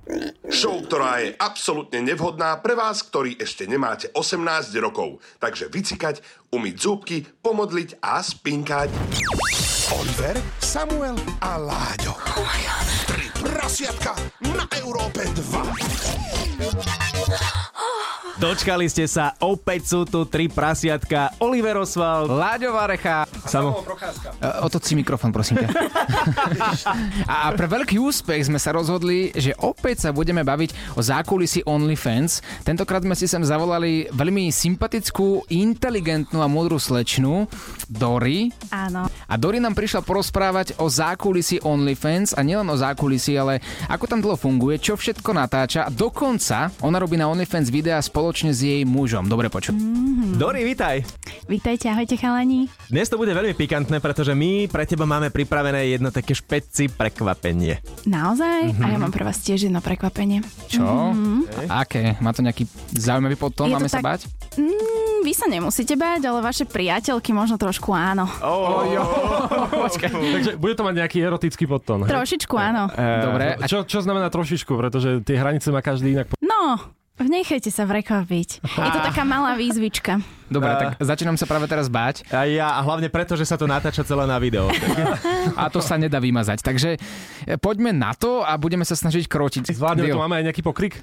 Show, ktorá je absolútne nevhodná pre vás, ktorí ešte nemáte 18 rokov. Takže vycikať, umyť zúbky, pomodliť a spinkať. Oliver, Samuel a Láďo. Tri prasiatka na Európe 2. Dočkali ste sa, opäť sú tu tri prasiatka. Oliver Oswald, Láďo Varecha, Samo Procházka. Otoč si mikrofón, prosím ťa. A pre veľký úspech sme sa rozhodli, že opäť sa budeme baviť o zákulisí OnlyFans. Tentokrát sme si sem zavolali veľmi sympatickú, inteligentnú a múdru slečnu, Dori. Áno. A Dori nám prišla porozprávať o zákulisí OnlyFans a nielen o zákulisí, ale ako tam dlho funguje, čo všetko natáča. Dokonca ona robí na OnlyFans videá spoločne s jej mužom. Dobre počuť. Dori, vitaj. Vítajte, ahojte chalani. Dnes to bude veľmi pikantné, pretože my pre teba máme pripravené jedno také špeci prekvapenie. Naozaj? A ja mám pre vás tiež jedno prekvapenie. Čo? Aké? Má to nejaký zaujímavý podtón? Máme sa bať? Vy sa nemusíte báť, ale vaše priateľky možno trošku áno. Takže bude to mať nejaký erotický podtón. Trošičku áno. Dobre. Čo znamená trošičku? Pretože tie hranice má každý inak. No, nechajte sa prekvapiť. Je to taká malá výzvička. Dobre, tak začínam sa práve teraz báť. A hlavne preto, že sa to natáča celé na video. A to sa nedá vymazať. Takže poďme na to a budeme sa snažiť krotiť. Zvládneme to, máme aj nejaký pokrik?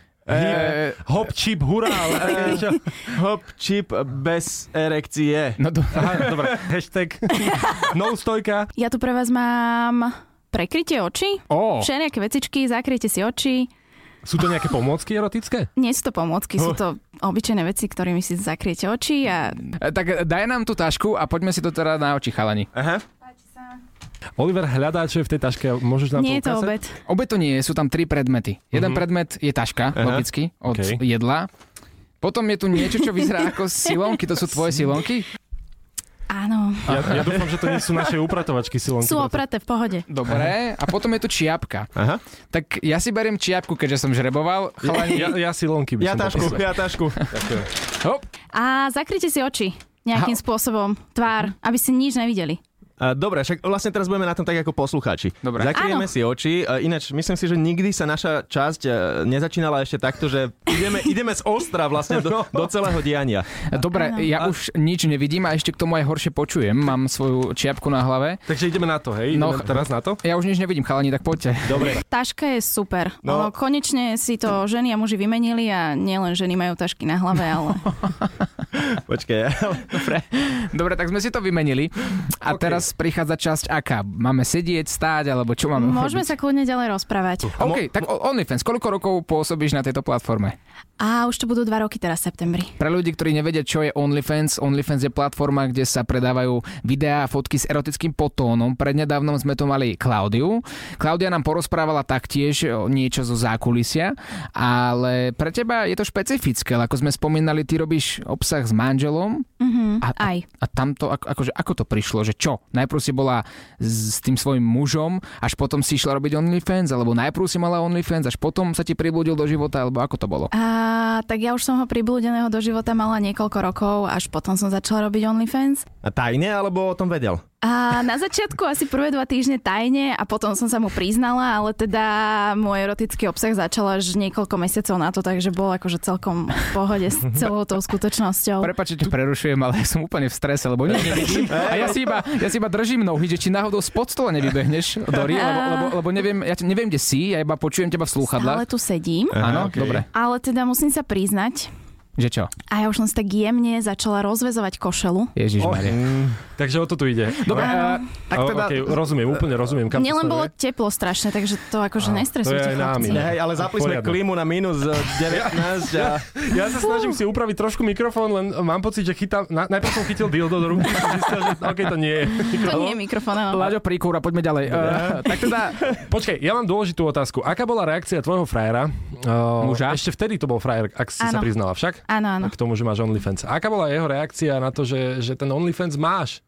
Hop, chip, hurá, ale také niečo. Hop, chip bez erekcie. No Aha, dobre. Hashtag no stojka. Ja tu pre vás mám prekrytie očí. Všelijaké vecičky, zakryjte si oči. Sú to nejaké pomôcky erotické? Nie sú to pomôcky, sú to obyčajné veci, ktorými si zakriete oči a... Tak daj nám tú tašku a poďme si to teda na oči, chalani. Aha. Oliver hľadá, čo je v tej taške. Môžeš nám Nie to ukázať? je to obed. Obed to nie je, sú tam 3 predmety. Jeden predmet je taška, logicky, od jedla. Potom je tu niečo, čo vyzerá ako silonky. To sú tvoje silonky? Áno. Ja dúfam, že to nie sú naše upratovačky silonky. Sú opraté v pohode. Dobre. A potom je tu čiapka. Aha. Tak ja si beriem čiapku, keďže som žreboval. Chalani... Ja silonky by som poprosil. Ja tašku. Hop. A zakryte si oči nejakým spôsobom, tvár, aby ste nič nevideli. Dobre, však vlastne teraz budeme na tom tak ako poslucháči. Dobre. Zakrieme si oči. Ináč, myslím si, že nikdy sa naša časť nezačínala ešte takto, že ideme z ostra vlastne do celého diania. Dobre, ja už nič nevidím a ešte k tomu aj horšie počujem. Mám svoju čiapku na hlave. Takže ideme na to, hej? Ideme teraz na to? Ja už nič nevidím, chalani, tak poďte. Dobre. Taška je super. No. Konečne si to ženy a muži vymenili a nielen ženy majú tašky na hlave, ale... Počkaj. Dobre, tak sme si to vymenili. A teraz prichádza časť aká? Máme sedieť, stáť, alebo čo máme Môžeme robiť? sa kľudne ďalej rozprávať. OK, tak OnlyFans, koľko rokov pôsobíš na tejto platforme? A už to budú 2 roky teraz v septembri. Pre ľudí, ktorí nevedia, čo je OnlyFans, OnlyFans je platforma, kde sa predávajú videá a fotky s erotickým podtónom. Prednedávnom sme tu mali Klaudiu. Klaudia nám porozprávala taktiež niečo zo zákulisia, ale pre teba je to špecifické, ako sme spomínali, ty robíš obsah s manželom. Aj. A tamto, ako to prišlo, že čo? Najprv si bola s tým svojím mužom, až potom si išla robiť OnlyFans, alebo najprv si mala OnlyFans, až potom sa ti pribudil do života, alebo ako to bolo? Tak ja už som ho pribúdeného do života mala niekoľko rokov, až potom som začala robiť OnlyFans. A tajne, alebo o tom vedel? A na začiatku asi prvé 2 týždne tajne a potom som sa mu priznala, ale teda môj erotický obsah začal až niekoľko mesiacov na to, takže bol akože celkom v pohode s celou tou skutočnosťou. Prepáč, že ti prerušujem, ale ja som úplne v strese, lebo nič nevidím. A ja si iba držím nohy, že či náhodou spod stola nevybehneš, Dori, lebo neviem, ja neviem, kde si, ja iba počujem teba v slúchadlách. Ale tu sedím. Áno, dobre. Ale teda musím sa priznať, že čo? A ja už som si tak jemne začala rozväzovať košelu. Ježišmaria. Takže o to tu ide. Dobre, tak teda... Okay, úplne rozumiem. Mne len bolo teplo strašne, takže to akože nestresujte, chlapci. Hej, ale zapli sme klímu na minus 19 a... Ja sa snažím si upraviť trošku mikrofón, len mám pocit, že chytám... Najprv som chytil dildo do ruky, som zistil, že to nie je mikrofón. To nie je mikrofón, áno. Láďo, príkúra, poďme ďalej. Tak teda... Počkaj, ja mám dôležitú otázku. Aká bola reakcia tvojho frajera? Muža? Ešte vtedy to bol frajer, ak si sa priznala však? Áno. K tomu, že máš OnlyFans. Aká bola jeho reakcia na to, že ten OnlyFans máš?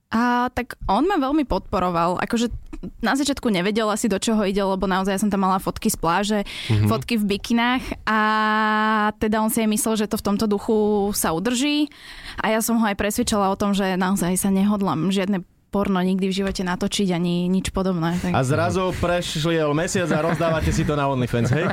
Tak on ma veľmi podporoval. Akože na začiatku nevedel asi, do čoho ide, lebo naozaj ja som tam mala fotky z pláže, fotky v bikinách a teda on si aj myslel, že to v tomto duchu sa udrží a ja som ho aj presvedčala o tom, že naozaj sa nehodlám žiadne porno nikdy v živote natočiť ani nič podobné. Tak... A zrazu prešiel mesiac a rozdávate si to na OnlyFans, hej?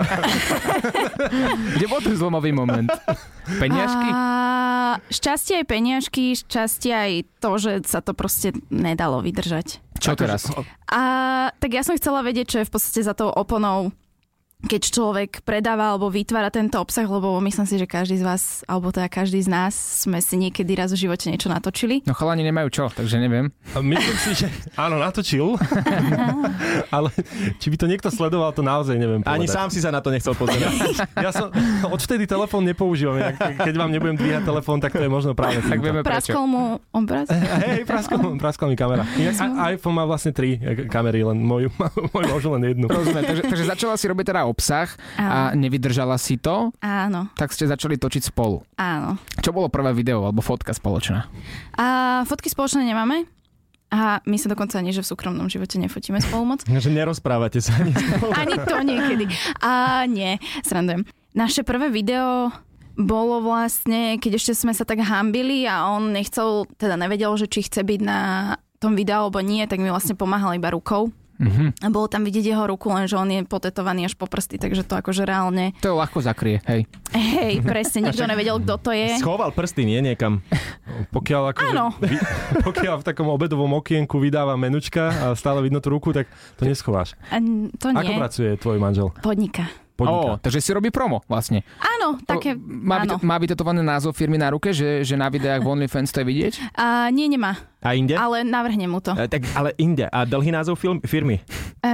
Kde bol ten zlomový moment? Peniažky? Šťastie aj peniažky, šťastie aj to, že sa to proste nedalo vydržať. Čo teraz? Tak ja som chcela vedieť, čo je v podstate za tou oponou, keď človek predáva alebo vytvára tento obsah, lebo myslím si, že každý z vás, alebo teda každý z nás sme si niekedy raz v živote niečo natočili. No chalani nemajú čo, takže neviem. Myslím si, že áno, natočil. Ale či by to niekto sledoval, to naozaj neviem povedať. Ani sám si sa na to nechcel pozerať. Ja som odvtedy telefón nepoužívam. Keď vám nebudem dvíhať telefón, tak to je možno práve Tak týmto. vieme prečo. Praskol mu obraz? Hej, praskol mi kamera. iPhone má vlastne 3 kamery, len môj možno len jednu. Rozumiem, takže začala si robiť teda obsah a nevydržala si to, Áno, tak ste začali točiť spolu. áno. Čo bolo prvé video alebo fotka spoločná? Fotky spoločné nemáme. A my sa dokonca ani, že v súkromnom živote nefotíme spolu moc. Že nerozprávate sa ani spolu. Ani to niekedy. Nie, srandujem. Naše prvé video bolo vlastne, keď ešte sme sa tak hambili a on nevedel, že či chce byť na tom videu alebo nie, tak mi vlastne pomáhal iba rukou. A bolo tam vidieť jeho ruku, lenže on je potetovaný až po prsty, takže to akože reálne... To ľahko zakrie, hej. Hej, presne, nikto nevedel, kto to je. Schoval prsty, nie niekam. Pokiaľ Áno. Pokiaľ v takom obedovom okienku vydáva menučka a stále vidno tú ruku, tak to neschováš. To nie. Ako pracuje tvoj manžel? Podniká. Takže si robí promo vlastne. Áno, také... Má vytetovaný názov firmy na ruke, že na videách v OnlyFans to je vidieť? Nie, nemá. A inde? Ale navrhnem mu to. Tak, ale inde. A dlhý názov firmy?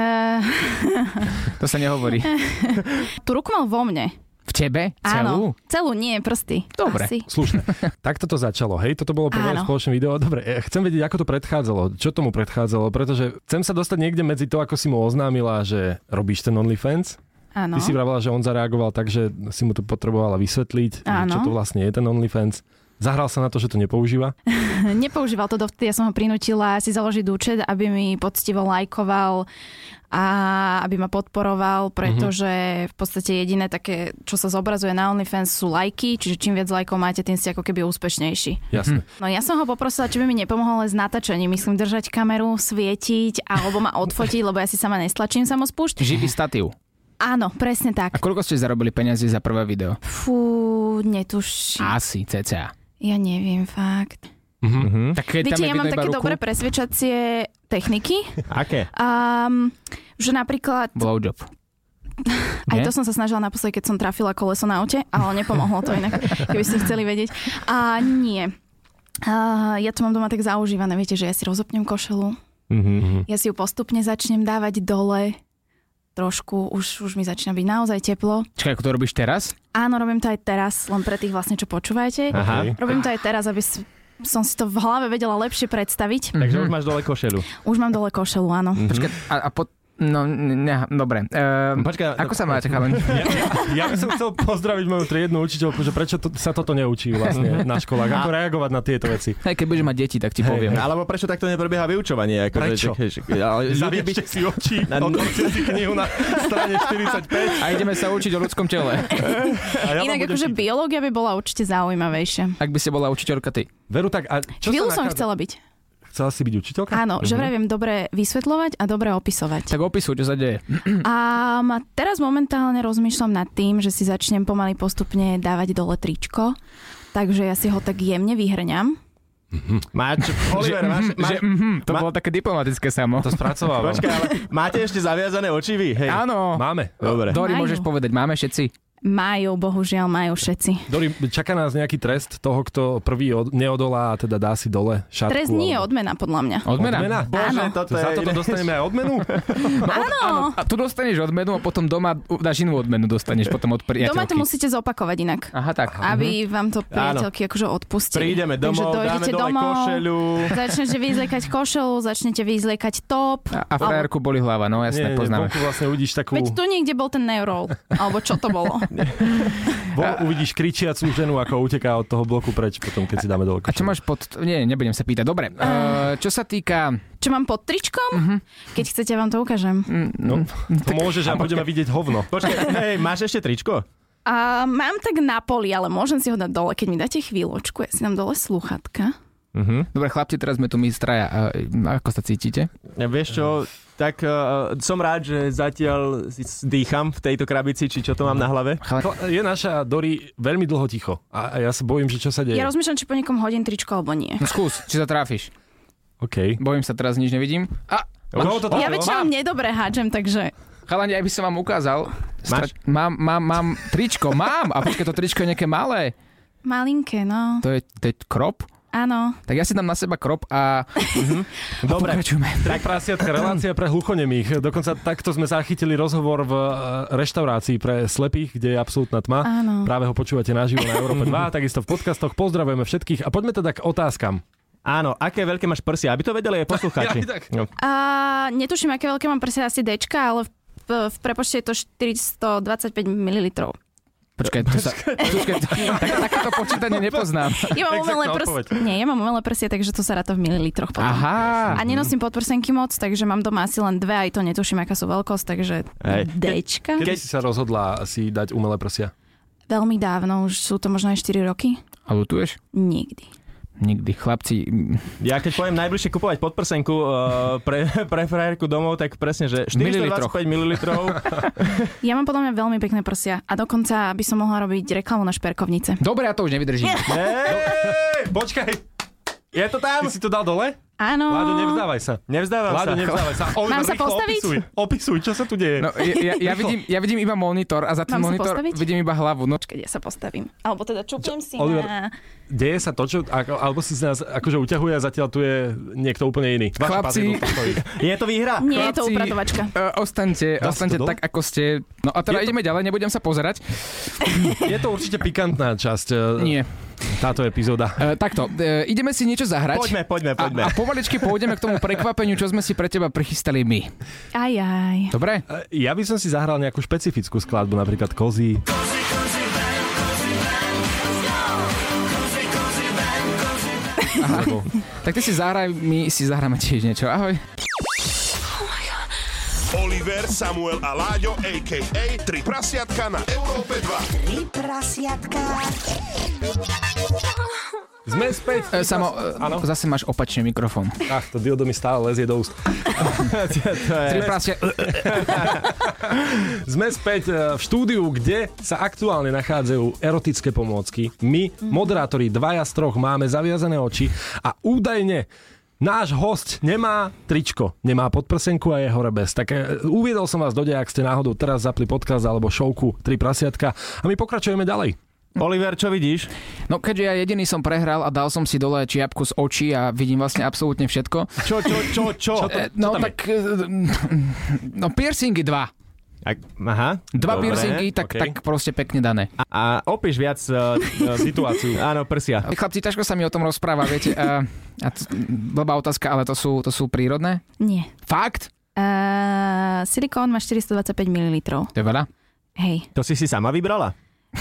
To sa nehovorí. Tú ruku mal vo mne. V tebe? Celú? Áno, celú nie, prsty. Dobre. Asi. Slušne. Takto to začalo, hej? Toto bolo prvé Áno. spoločné video. Dobre, chcem vedieť, ako to predchádzalo. Čo tomu predchádzalo? Pretože chcem sa dostať niekde medzi to, ako si mu oznámila, že robíš ten OnlyFans. Áno. Ty si vravela, že on zareagoval tak, že si mu to potrebovala vysvetliť, čo to vlastne je ten OnlyFans. Zahral sa na to, že to nepoužíva? Nepoužíval to dovtedy, ja som ho prinútila si založiť účet, aby mi poctivo lajkoval a aby ma podporoval, pretože v podstate jediné také, čo sa zobrazuje na OnlyFans sú lajky, čiže čím viac lajkov máte, tým ste ako keby úspešnejší. Jasne. No ja som ho poprosila, či by mi nepomohol len s natáčaním, myslím držať kameru, svietiť alebo ma odfotiť, lebo ja si sama nestlačím samospúšť. Živý statív. Áno, presne tak. A koľko ste zarobili peniazy za prvé video? Fú, netuším. Asi, cca. Ja neviem, fakt. Tak keď Viete, tam je ja mám vidno iba také ruku, dobré presvedčacie techniky. Aké? Že napríklad... blowjob. Aj Nie? to som sa snažila naposledy, keď som trafila koleso na aute, ale nepomohlo to inak, keby ste chceli vedieť. Nie. Ja to mám doma tak zaužívané, viete, že ja si rozopnem košelu, ja si ju postupne začnem dávať dole, trošku, už mi začína byť naozaj teplo. Čakaj, ako to robíš teraz? Áno, robím to aj teraz, len pre tých vlastne, čo počúvajte. Aha. Robím to aj teraz, aby som si to v hlave vedela lepšie predstaviť. Takže už máš dole košelu. Už mám dole košelu, áno. Počkaj, dobre. Počkaj, Ako sa máte, chalani? Ja by som chcel pozdraviť moju triednu učiteľku, že prečo sa toto neučí vlastne na školách. Ako reagovať na tieto veci. Hej, keď budeš mať deti, tak ti poviem. Alebo prečo takto neprebieha vyučovanie? Prečo? Zaviešte si oči, otvorte si knihu na strane 45. A ideme sa učiť o ľudskom tele. A ja vám Inak budem akože čiť. biológia by bola určite zaujímavejšia. Ak by si bola učiteľka ty. Veru, tak a čo Chvíľu sa som nachádza? chcela byť. Chcela si byť učiteľka? Áno, že viem dobre vysvetľovať a dobre opisovať. Tak opisuj, čo sa deje. A teraz momentálne rozmýšľam nad tým, že si začnem pomaly postupne dávať dole tričko, takže ja si ho tak jemne vyhrňam. Oliver, To bolo také diplomatické samo. To spracovávam. Počkaj, ale máte ešte zaviazané oči vy? Hej. Áno. Máme. Dobre. Dori, Majú. môžeš povedať, máme všetci. Majú, bohužiaľ, majú všetci. Dori, čaká nás nejaký trest toho, kto prvý neodolá a teda dá si dole šatku? Trest nie je odmena, podľa mňa. Odmena? Bože, Áno. toto Za je... toto dostaneme aj odmenu? Áno, A tu dostaneš odmenu a potom doma dáš inú odmenu, dostaneš potom od priateľky. doma to musíte zopakovať inak. Aha, tak. Aby vám to priateľky akože odpustili. Prídeme Takže domov, dáme dojdete dole domov, košeľu. začnete vyzliekať košelu, začnete vyzliekať top. A frajerku boli hlava, no jasné, poznáme. vonku vlastne uvidíš takú... Veď tu niekde bol ten neurol. Alebo čo to bolo? Uvidíš kričiacú ženu, ako uteká od toho bloku preč potom, keď si dáme dole A čo košelu. máš pod... Nie, nebudem sa pýtať. Dobre, čo sa týka... Čo mám pod tričkom? Keď chcete, vám to ukážem. No, to môžeš a budeme vidieť hovno. Počkaj, hej, máš ešte tričko? Mám tak na poli, ale môžem si ho dať dole, keď mi dáte chvíľočku. Ja si dám dole slúchatka. Dobre, chlapci, teraz sme tu my traja. Ako sa cítite? Vieš čo, tak som rád, že zatiaľ dýcham v tejto krabici, či čo to mám na hlave. Je naša Dori veľmi dlho ticho a ja sa bojím, že čo sa deje. Ja rozmýšľam, či po niekom hodím tričko, alebo nie. No skús, či sa tráfiš. OK. Bojím sa, teraz nič nevidím. Ja väčšinou nedobre hádžem, takže... Chalani, aj by som vám ukázal. Máš? Mám tričko, mám. A počkaj, to tričko je nejaké malé. Malinké, no. To je krop? Áno. Tak ja si dám na seba krop a... Dobre. Pokračujeme. Tak prasiatka, relácia pre hluchonemých. Dokonca takto sme zachytili rozhovor v reštaurácii pre slepých, kde je absolútna tma. Áno. Práve ho počúvate naživo na Európe 2, takisto v podcastoch. Pozdravujeme všetkých a poďme teda k otázkam. Áno, aké veľké máš prsia, aby to vedeli aj poslucháči. No. Netuším, aké veľké mám prsia, asi Dčka, ale v prepočte je to 425 ml. Počkaj, takéto počítanie nepoznám. Ja mám umelé prsie, takže to sa ráta v mililitroch potom. Aha. A nenosím podprsenky moc, takže mám doma asi len 2, aj to netuším, aká sú veľkosť, takže Dčka. Kedy si sa rozhodla si dať umelé prsia? Veľmi dávno, už sú to možno aj 4 roky. A lutuješ? Nikdy, chlapci. Ja keď poviem najbližšie kupovať podprsenku pre frajerku domov, tak presne, že 425 ml. Ja mám podľa mňa veľmi pekné prsia a dokonca by som mohla robiť reklamu na šperkovnice. Dobre, ja to už nevydržím. Počkaj. Je to tam? Ty si to dal dole? Áno. Láďo, nevzdávaj sa. Nevzdávam sa. Mám sa postaviť? Opisuj, čo sa tu deje. No, ja vidím iba monitor a za ten monitor vidím iba hlavu. No. Keď ja sa postavím. Alebo teda čupnem si Oliver, na... Deje sa to, čo, alebo si nás akože uťahuje a zatiaľ tu je niekto úplne iný. Chlapci, je to výhra? Nie, je to upratovačka. Ostaňte tak, ako ste. No a teda ideme ďalej, nebudem sa pozerať. Je to určite pikantná časť. Nie. Táto epizóda. Takto, ideme si niečo zahrať. Poďme. A pomaličky pôjdeme k tomu prekvapeniu, čo sme si pre teba prichystali my. Aj. Dobre? Ja by som si zahral nejakú špecifickú skladbu, napríklad Kozy. Aha. Tak ty si zahraj, my si zahráme tiež niečo. Ahoj. Oliver, Samuel a Láďo, a.k.a. Tri prasiatka na Európe 2. Sme späť. Samo, zase máš opačne mikrofón. To dildo mi stále lezie do úst. Sme späť v štúdiu, kde sa aktuálne nachádzajú erotické pomôcky. My, moderátori, 2 z 3, máme zaviazané oči a údajne náš host nemá tričko, nemá podprsenku a je hore bez. Tak uviedol som vás do deja, ak ste náhodou teraz zapli podcast alebo showku Tri prasiatka a my pokračujeme ďalej. Oliver, čo vidíš? No keďže ja jediný som prehral a dal som si dole čiapku z očí a vidím vlastne absolútne všetko. Čo? Piercingy 2. Aha. 2 piercingy, tak proste pekne dané. A opíš viac situáciu. Áno, prsia. Chlapci, ťažko sa mi o tom rozpráva, viete. Blbá otázka, ale to sú prírodné? Nie. Fakt? Silikón má 425 ml. To je veľa? Hej. To si sama vybrala?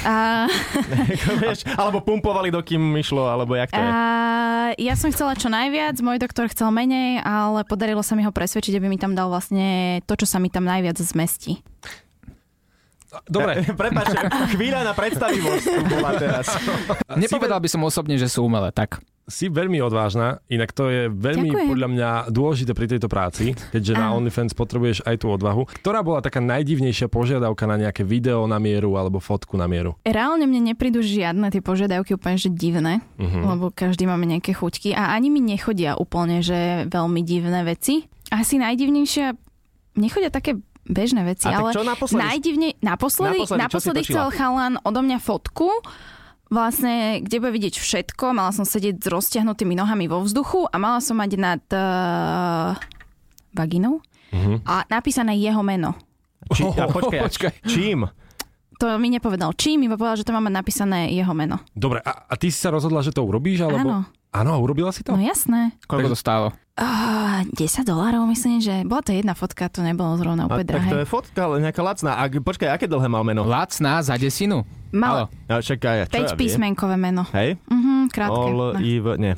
Alebo pumpovali, dokým išlo, alebo jak to je? Ja som chcela čo najviac, môj doktor chcel menej, ale podarilo sa mi ho presvedčiť, aby mi tam dal vlastne to, čo sa mi tam najviac zmestí. Dobre. Prepáč, chvíľa na predstavivosť bola teraz. Nepovedal by som osobne, že sú umelé, tak. Si veľmi odvážna, inak to je veľmi Ďakujem. podľa mňa dôležité pri tejto práci, keďže na OnlyFans potrebuješ aj tú odvahu. Ktorá bola taká najdivnejšia požiadavka na nejaké video na mieru alebo fotku na mieru? Reálne mne neprídu žiadne tie požiadavky úplne že divné, lebo každý máme nejaké chuťky a ani mi nechodia úplne že veľmi divné veci. Asi najdivnejšia, nechodia také bežné veci, ale čo naposledy? Naposledy chcel chalan odo mňa fotku, vlastne, kde bude vidieť všetko. Mala som sedieť s roztiahnutými nohami vo vzduchu a mala som mať nad vaginou a napísané jeho meno. Počkaj. Čím? To mi nepovedal čím, iba povedal, že to má mať napísané jeho meno. Dobre, a ty si sa rozhodla, že to urobíš? Alebo... Áno, urobila si to? No jasné. Koľko to stálo? $10, myslím, že bola to jedna fotka, to nebolo zrovna úplne drahé. Tak to je fotka, ale nejaká lacná. Počkaj, aké dlhé mal meno? Lacná za desinu? Mal čakaj, 5 písmenkové meno. Hej? Krátke. Nie.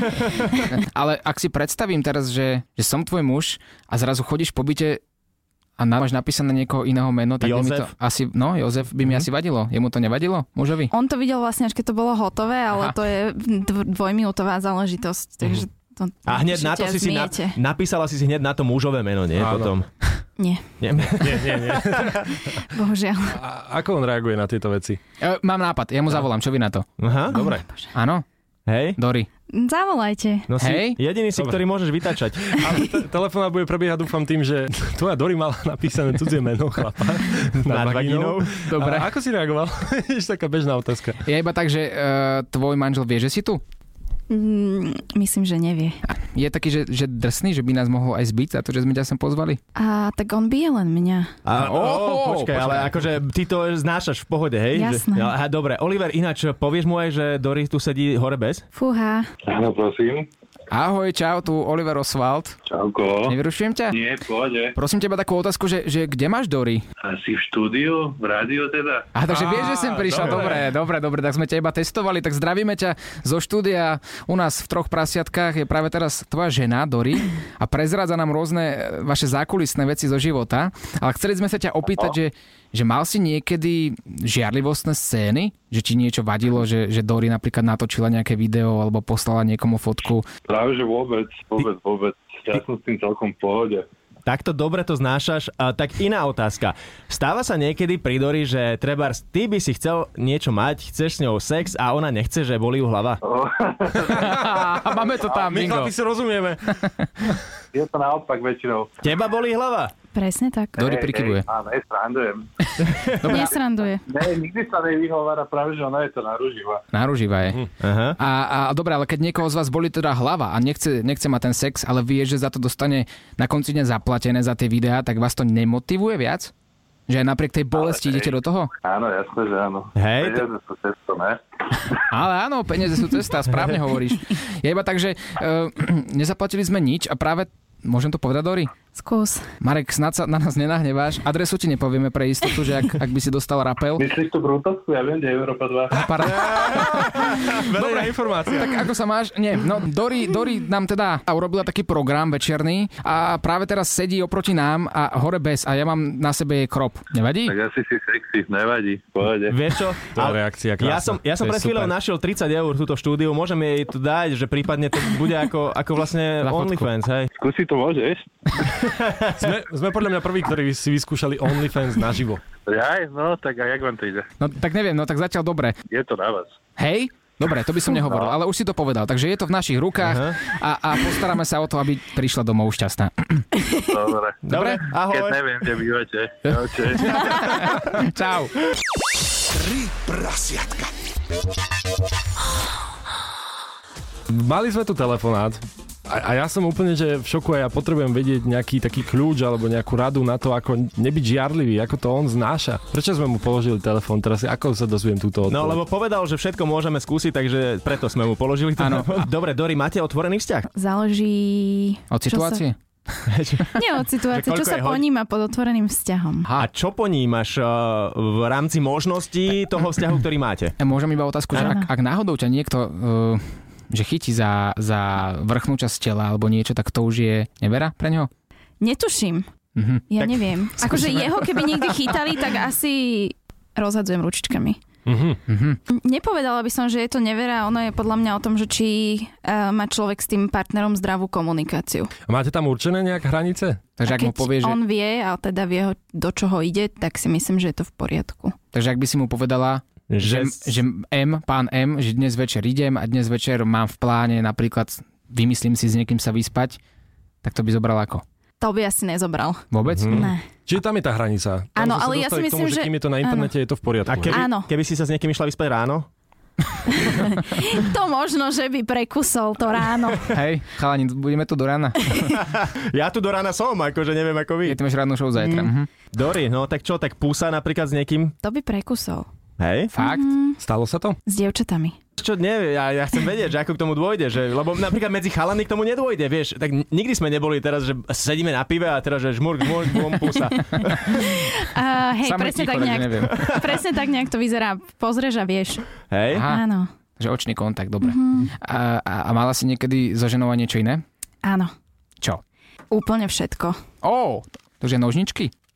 Ale ak si predstavím teraz, že som tvoj muž a zrazu chodíš po byte A máš napísané niekoho iného meno, tak by mi to Jozef? asi, Jozef by mi asi vadilo. Jemu to nevadilo? Mužovi? On to videl vlastne, až keď to bolo hotové, ale to je dvojminútová záležitosť, takže to A hneď na to si napísala si hneď na to mužové meno, nie? Áno. Potom. Nie, Nie. bohužiaľ. A ako on reaguje na tieto veci? Mám nápad, ja mu zavolám, čo vy na to? Aha, dobre. Áno? Hej? Dory. Zavolajte. No Hej. si jediný si, ktorý môžeš vytačať. Ale telefonát bude prebiehať, dúfam, tým, že tvoja Dory mala napísané cudzie meno chlapa nad vagínou. Dobre. A ako si reagoval? Ešte taká bežná otázka. Je iba tak, že tvoj manžel vie, že si tu? Myslím, že nevie. Je taký, že drsný, že by nás mohol aj zbiť za to, že sme ťa sem pozvali? A tak on bije len mňa. Počkaj, ale akože ty to znášaš v pohode, hej? Jasné. Aha, dobre. Oliver, ináč povieš mu aj, že Dory tu sedí hore bez? Fúha. Áno, prosím. Ahoj, čau, tu Oliver Oswald. Čauko. Nevyrušujem ťa? Nie, v pohode. Prosím teba takú otázku, že kde máš Dory? Asi v štúdiu, v rádiu teda. Takže vieš, že sem prišla. Dobre, tak sme ťa iba testovali, tak zdravíme ťa zo štúdia. U nás v 3 prasiatkách je práve teraz tvoja žena, Dory, a prezrádza nám rôzne vaše zákulisné veci zo života. Ale chceli sme sa ťa opýtať, že mal si niekedy žiarlivostné scény? Že ti niečo vadilo, že Dory napríklad natočila nejaké video alebo poslala niekomu fotku? Práve, že vôbec. Ja som s tým celkom v pohode. Takto dobre to znášaš. Tak iná otázka. Stáva sa niekedy pri Dory, že trebárs, ty by si chcel niečo mať, chceš s ňou sex a ona nechce, že bolí ju hlava? Máme to tam, My bingo. chlapi si rozumieme. Je to naopak väčšinou. Teba bolí hlava? Presne tak. Dory prikyvuje. Áno, srandujem. Nesranduje. Nikdy sa nevyhovára, práve, že ona je to naruživá. Náruživá je. Aha. A dobre, ale keď niekoho z vás boli teda hlava a nechce mať ten sex, ale vie, že za to dostane na konci dňa zaplatené za tie videá, tak vás to nemotivuje viac? Že aj napriek tej bolesti idete do toho? Áno, jasné, že áno. Hej, Peniaze sú cesto, ne? Ale áno, peniaze sú cesta, správne hovoríš. Je iba tak, že nezaplatili sme nič a práve, môžem to povedať, Dory? Skús. Marek, snad sa na nás nenahneváš. Adresu ti nepovieme pre istotu, že ak by si dostal rapel. Myslíš tú Brútovskú? Ja viem, kde je Európa 2. Dobrá informácia. Tak ako sa máš? Nie, no Dory nám teda urobila taký program večerný a práve teraz sedí oproti nám a hore bez a ja mám na sebe jej krop. Nevadí? Tak asi si sexy, nevadí, v pohode. vieš čo? To je reakcia krásna. Ja som To je pred chvíľou super. našiel 30 eur túto štúdiu, môžem jej tu dať, že prípadne to bude ako vlastne Za fotku. OnlyFans, hej? Skúsi to môžeš? Sme podľa mňa prví, ktorí si vyskúšali OnlyFans naživo. Jaj, no, tak a jak vám to ide? No tak neviem, no tak zatiaľ dobre. Je to na vás. Hej? Dobre, to by som nehovoril, ale už si to povedal. Takže je to v našich rukách a postaráme sa o to, aby prišla domov šťastná. Dobre. Dobre, Keď ahoj. neviem, kde bývate. Čaute. Čau. 3 prasiatka. Mali sme tu telefonát a ja som úplne že v šoku a ja potrebujem vedieť nejaký taký kľúč alebo nejakú radu na to, ako nebyť žiarlivý, ako to on znáša. Prečo sme mu položili telefón? Teraz ako sa dozviem túto odpoveď? No, lebo povedal, že všetko môžeme skúsiť, takže preto sme mu položili to. Áno. Dobre, Dory, máte otvorený vzťah? Záleží... Od situácie? Nie od situácie, Že čo koľko sa je poníma pod otvoreným vzťahom. A čo ponímaš v rámci možností toho vzťahu, ktorý máte? Môžem iba otázku, že ak náhodou ťa niekto že chytí za vrchnú časť tela alebo niečo, tak to už je nevera pre ňoho? Netuším. Ja neviem. Akože jeho keby niekde chytali, tak asi rozhadzujem ručičkami. Nepovedala by som, že je to nevera, ono je podľa mňa o tom, že či má človek s tým partnerom zdravú komunikáciu. A máte tam určené nejaké hranice? Takže ak mu Keď povie, že... on vie a teda vie, do čoho ide, tak si myslím, že je to v poriadku. Takže ak by si mu povedala, že pán M, že dnes večer idem a dnes večer mám v pláne napríklad, vymyslím si s niekým sa vyspať, tak to by zobral ako? To by asi nezobral. Vôbec? Ne. Čiže tam je tá hranica. Tam Áno, sme sa ale ja dostali si k tomu, myslím, že kým je to na internete, je to v poriadku. A Áno. keby si sa s niekým išla vyspať ráno? To možno, že by prekusol to ráno. Hej, chalani, budeme tu do rána. Ja tu do rána som, akože neviem ako vy. Je ty máš rádnu show zajtra. Dory, no tak čo, tak púsa napríklad s niekým? To by prekusol. Hej? Fakt? Stalo sa to? S dievčatami. Čo, neviem, ja chcem vedieť, že ako k tomu dôjde, že, lebo napríklad medzi chalami k tomu nedôjde, vieš, tak nikdy sme neboli teraz, že sedíme na pive a teraz, že žmurk, bum, púsa. Hej, Same presne ticho, tak takže nejak. neviem. Presne tak nejak to vyzerá. Pozrieš a vieš. Hej? Aha, Áno. že očný kontakt, dobre. A mala si niekedy so ženou aj niečo iné? Áno. Čo? Úplne všetko. To je nožničky?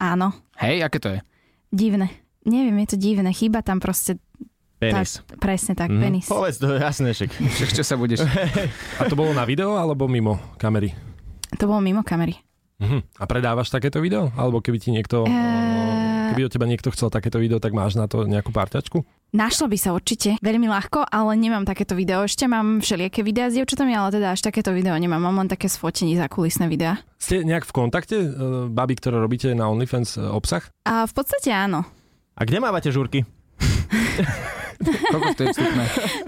Áno. Hej, aké to je? Divné. Neviem, je to divné. Chýba tam proste... Penis. Presne tak, penis. Povedz, to je jasné, však. Čo sa budeš... A to bolo na video alebo mimo kamery? To bolo mimo kamery. A predávaš takéto video? Alebo keby ti niekto... Keby od teba niekto chcel takéto video, tak máš na to nejakú párťačku? Našlo by sa určite. Veľmi ľahko, ale nemám takéto video. Ešte mám všelijaké videá s dievčatami, ale teda až takéto video nemám. Mám len také sfotení zákulisné videá. Ste nejak v kontakte, babi, ktoré robíte na OnlyFans obsah? A v podstate áno. A kde mávate žúrky? Koľko to je vstupné?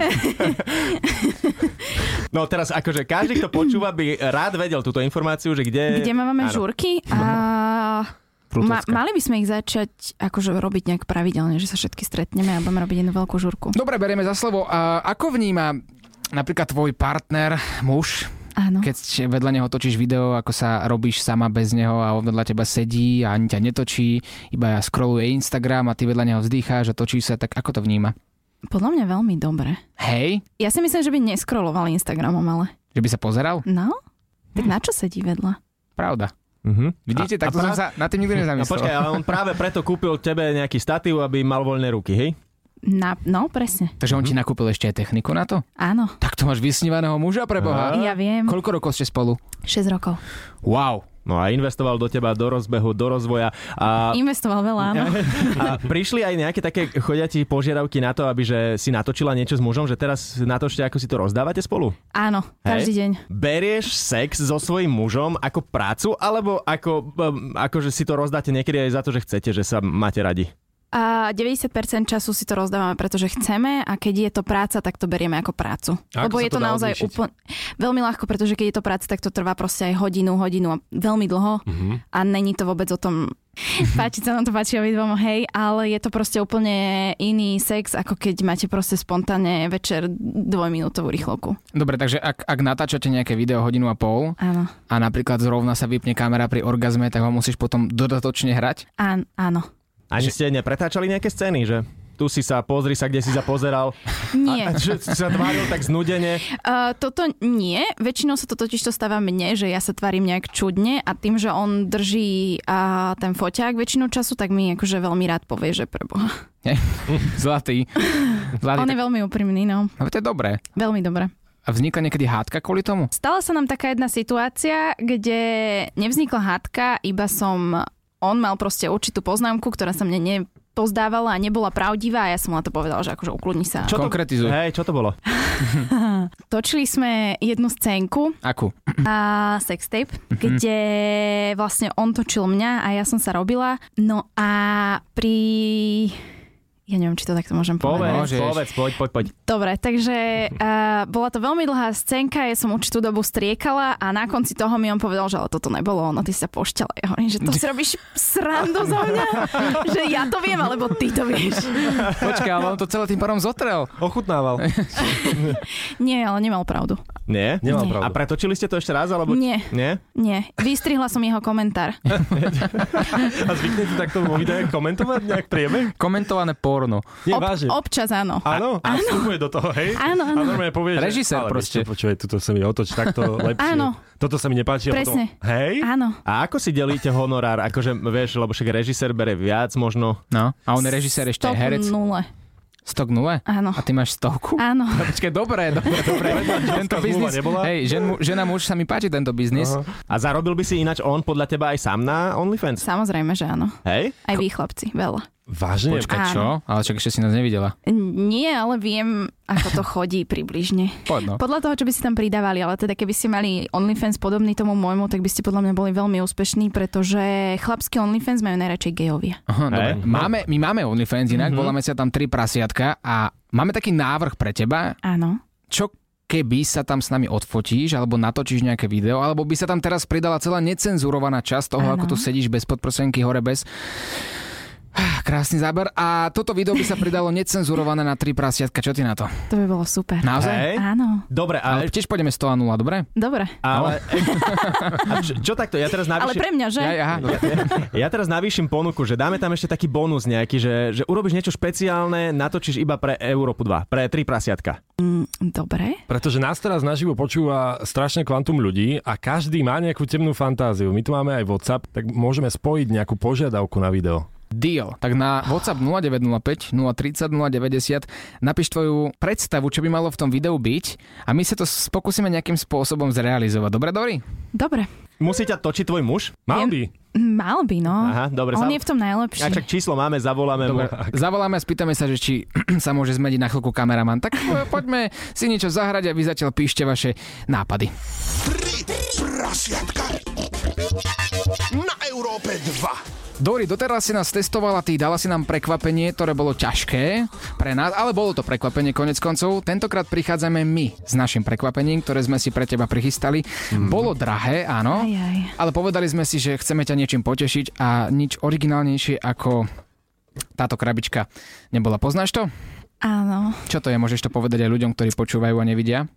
No teraz akože každý, kto počúva, by rád vedel túto informáciu, že kde... Kde máme žúrky a... Mali by sme ich začať akože robiť nejak pravidelne, že sa všetky stretneme a budeme robiť jednu veľkú žúrku. Dobre, berieme za slovo. A ako vníma napríklad tvoj partner, muž, áno, keď vedľa neho točíš video, ako sa robíš sama bez neho a on vedľa teba sedí a ani ťa netočí, iba scrolluje Instagram a ty vedľa neho vzdýcháš a točíš sa, tak ako to vníma? Podľa mňa veľmi dobre. Hej? Ja si myslím, že by nescrolloval Instagramom, ale... Že by sa pozeral? No? Tak na čo sedí vedľa? Pravda. Vidíte, tak to som sa na tým nikdy nezamyslel. Počkaj, ale on práve preto kúpil tebe nejaký statív, aby mal voľné ruky, hej? No, presne. Takže on ti nakúpil ešte aj techniku na to? Áno. Tak to máš vysnívaného muža pre Boha. Ja viem. Koľko rokov ste spolu? 6 rokov. Wow. No a investoval do teba, do rozbehu, do rozvoja. A Investoval veľa, áno. A prišli aj nejaké také chodiaci požiadavky na to, aby že si natočila niečo s mužom, že teraz natočte, ako si to rozdávate spolu? Áno, každý deň. Berieš sex so svojím mužom ako prácu, alebo ako že si to rozdáte niekedy aj za to, že chcete, že sa máte radi? A 90% času si to rozdávame, pretože chceme, a keď je to práca, tak to berieme ako prácu. A lebo je to naozaj úplne veľmi ľahko, pretože keď je to práca, tak to trvá proste aj hodinu a veľmi dlho a není to vôbec o tom, páči sa nám to páči obidvom, hej, ale je to proste úplne iný sex, ako keď máte proste spontánne večer 2-minútovú rýchlovku. Dobre, takže ak natáčate nejaké video 1,5 hodiny áno, a napríklad zrovna sa vypne kamera pri orgazme, tak ho musíš potom dodatočne hrať? Áno. Ani ste nepretáčali nejaké scény, že tu si sa, pozri sa, kde si sa pozeral. Nie. A že si sa tváril tak znudene. Toto nie. Väčšinou sa to totiž to stáva mne, že ja sa tvarím nejak čudne a tým, že on drží ten foťák väčšinu času, tak mi akože veľmi rád povie, že preboha. Zlatý. On je veľmi úprimný, no. Ale to je dobré. Veľmi dobré. A vznikla niekedy hádka kvôli tomu? Stala sa nám taká jedna situácia, kde nevznikla hádka, iba on mal proste určitú poznámku, ktorá sa mne nepozdávala a nebola pravdivá a ja som mu na to povedala, že akože ukludni sa. Čo konkretizuj? Hej, čo to bolo? Točili sme jednu scénku. Akú? Sex tape, kde vlastne on točil mňa a ja som sa robila. No a ja neviem, či to takto môžem povedať. Poď. Dobre, takže bola to veľmi dlhá scénka, ja som určitú dobu striekala a na konci toho mi on povedal, že ale toto nebolo ono, ty sa pošťala. Ja hovorím, že to si robíš srandu zo mňa, že ja to viem, alebo ty to vieš. Počkaj, ale on to celé tým pádom zotrel. Ochutnával. Nie, ale nemal pravdu. Nie? Nemal pravdu. A pretočili ste to ešte raz, alebo... Nie. Nie? Nie. Vystrihla som jeho komentár. A zvyknete takto vo videu komentovať nejak priebeh? Komentované porno. Nie, vážne. Občas áno. Áno? A vstupuje do toho, hej? Áno. A normálne povie, že... Režisér proste. Počúvaj, tuto sa mi otoč takto lepšie. Áno. Toto sa mi nepáči. Presne. A potom, hej? Áno. A ako si delíte honorár? Akože, vieš, lebo však režisér bere viac možno. No. A on je režisér ešte aj herec. 100 0? Áno. A ty máš 100? Áno. Počkaj, dobre. Tento biznis, hej, žena muž sa mi páči tento biznis. A zarobil by si ináč on podľa teba aj sám na OnlyFans? Samozrejme, že áno. Hej? Aj vy chlapci, veľa. Vážne? Počkaj, čo? Ale čak ešte si nás nevidela. Nie, ale viem, ako to chodí približne. Poď no. Podľa toho, čo by si tam pridávali, ale teda keby ste mali OnlyFans podobný tomu môjmu, tak by ste podľa mňa boli veľmi úspešní, pretože chlapský OnlyFans majú najradšej gejovia. Aha, dobre. My máme OnlyFans inak, voláme sa tam 3 prasiatka a máme taký návrh pre teba. Áno. Čo keby sa tam s nami odfotíš alebo natočíš nejaké video, alebo by sa tam teraz pridala celá necenzurovaná časť toho, ako tu sedíš bez podprsenky hore bez... Krásny záber. A toto video by sa pridalo necenzurované na 3 prasiatka. Čo ty na to? To by bolo super. Naozaj? Hej. Áno. Dobre, Ale ale... tiež pôjdeme 100-0, dobre? Dobre. Ale... A čo takto? Ja teraz Ale navýšim... pre mňa, že? Aha, dobre. Ja teraz navýšim ponuku, že dáme tam ešte taký bonus nejaký, že urobíš niečo špeciálne, natočíš iba pre Európu 2, pre 3 prasiatka. Dobre. Pretože nás teraz naživo počúva strašne kvantum ľudí a každý má nejakú temnú fantáziu. My tu máme aj WhatsApp, tak môžeme spojiť nejakú požiadavku na video. Deal. Tak na WhatsApp 0905 030 090 napíš tvoju predstavu, čo by malo v tom videu byť a my sa to pokúsime nejakým spôsobom zrealizovať. Dobre, Dori? Dobre. Musí ťa točiť tvoj muž? Mal by. Mal by, no. Aha, dobre. On je v tom najlepší. Ak však číslo máme, zavoláme mu. Zavoláme a spýtame sa, že či sa môže zmeniť na chvíľku kameraman. Tak poďme si niečo zahrať a vy zatiaľ píšte vaše nápady. 3 prasiatka na Európe 2. Dori, doteraz si nás testovala, ty dala si nám prekvapenie, ktoré bolo ťažké pre nás, ale bolo to prekvapenie konec koncov. Tentokrát prichádzame my s našim prekvapením, ktoré sme si pre teba prichystali. Bolo drahé, áno, ale povedali sme si, že chceme ťa niečím potešiť a nič originálnejšie ako táto krabička nebola. Poznáš to? Áno. Čo to je? Môžeš to povedať aj ľuďom, ktorí počúvajú a nevidia?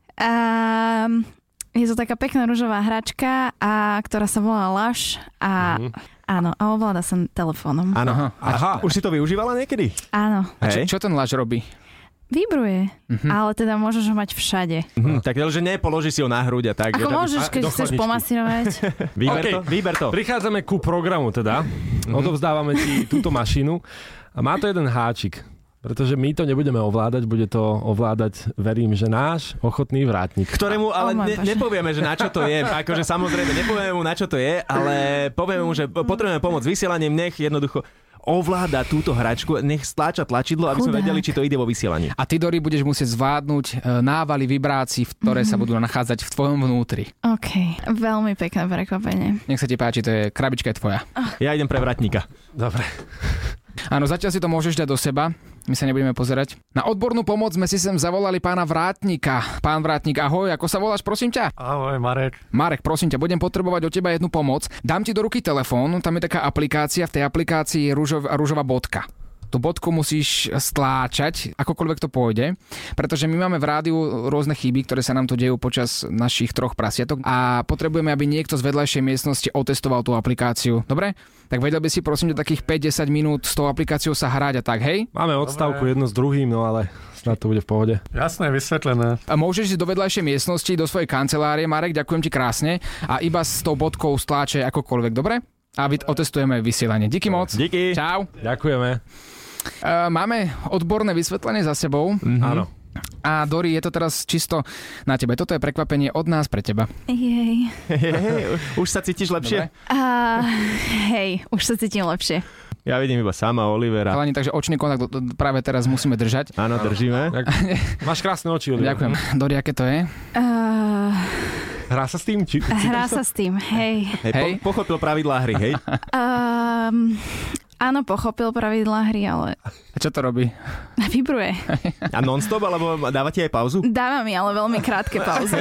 Je to taká pekná ružová hračka, ktorá sa volá Lush a... Áno, a ovláda sa telefónom. Áno. Aha. Už si to využívala niekedy? Áno. A čo ten Lush robí? Vibruje, ale teda môžeš ho mať všade. Tak že nepoložíš si ho na hruď a tak. Ako môžeš, keď chceš pomasírovať. Vyber to. Prichádzame ku programu teda. Odovzdávame ti túto mašinu a má to jeden háčik. Pretože my to nebudeme ovládať, bude to ovládať, verím, že náš ochotný vrátnik. Ktorému ale nepovieme, že na čo to je. Akože samozrejme, nepovieme mu, na čo to je, ale povieme mu, že potrebujeme pomoc vysielaním, nech jednoducho ovláda túto hračku, nech stláča tlačidlo, aby sme vedeli, či to ide vo vysielaní. A ty, Dori, budeš musieť zvládnuť návaly vibrácií, ktoré sa budú nachádzať v tvojom vnútri. OK, veľmi pekné prekvapenie. Nech sa ti páči, to je krabička je tvoja. Ja idem pre vrátnika. Dobre. Áno, zatiaľ si to môžeš dať do seba. My sa nebudeme pozerať. Na odbornú pomoc sme si sem zavolali pána Vrátnika. Pán Vrátnik, ahoj, ako sa voláš, prosím ťa? Ahoj, Marek. Marek, prosím ťa, budem potrebovať od teba jednu pomoc. Dám ti do ruky telefón, tam je taká aplikácia, v tej aplikácii je ružová bodka. Tú bodku musíš stláčať, akokoľvek to pôjde, pretože my máme v rádiu rôzne chyby, ktoré sa nám tu dejú počas našich 3 prasiatok a potrebujeme, aby niekto z vedľajšej miestnosti otestoval tú aplikáciu. Dobre? Tak vedel by si prosím takých 5-10 minút s tou aplikáciou sa hrať a tak, hej? Máme odstavku jedno s druhým, no ale snad to bude v pohode. Jasné, vysvetlené. A môžeš ísť do vedľajšej miestnosti, do svojej kancelárie, Marek, ďakujem ti krásne a iba s tou bodkou stláče akokoľvek, dobre? A otestujeme vysielanie. Díky moc. Díky. Čau. Ďakujeme. Máme odborné vysvetlenie za sebou. Áno. A Dori, je to teraz čisto na tebe. Toto je prekvapenie od nás pre teba. Jej. Už sa cítiš lepšie? Hej, už sa cítim lepšie. Ja vidím iba sama Olivera. Chalani, takže očný kontakt práve teraz musíme držať. Áno, držíme. Máš krásne oči, Oliver. Ďakujem. Dori, aké to je? Hrá sa s tým? Hrá sa s tým, hej. Hej. Pochopil pravidlá hry, hej? Áno, pochopil pravidlá hry, ale... A čo to robí? Vibruje. A non-stop, alebo dáva ti aj pauzu? Dáva mi, ale veľmi krátke pauzy.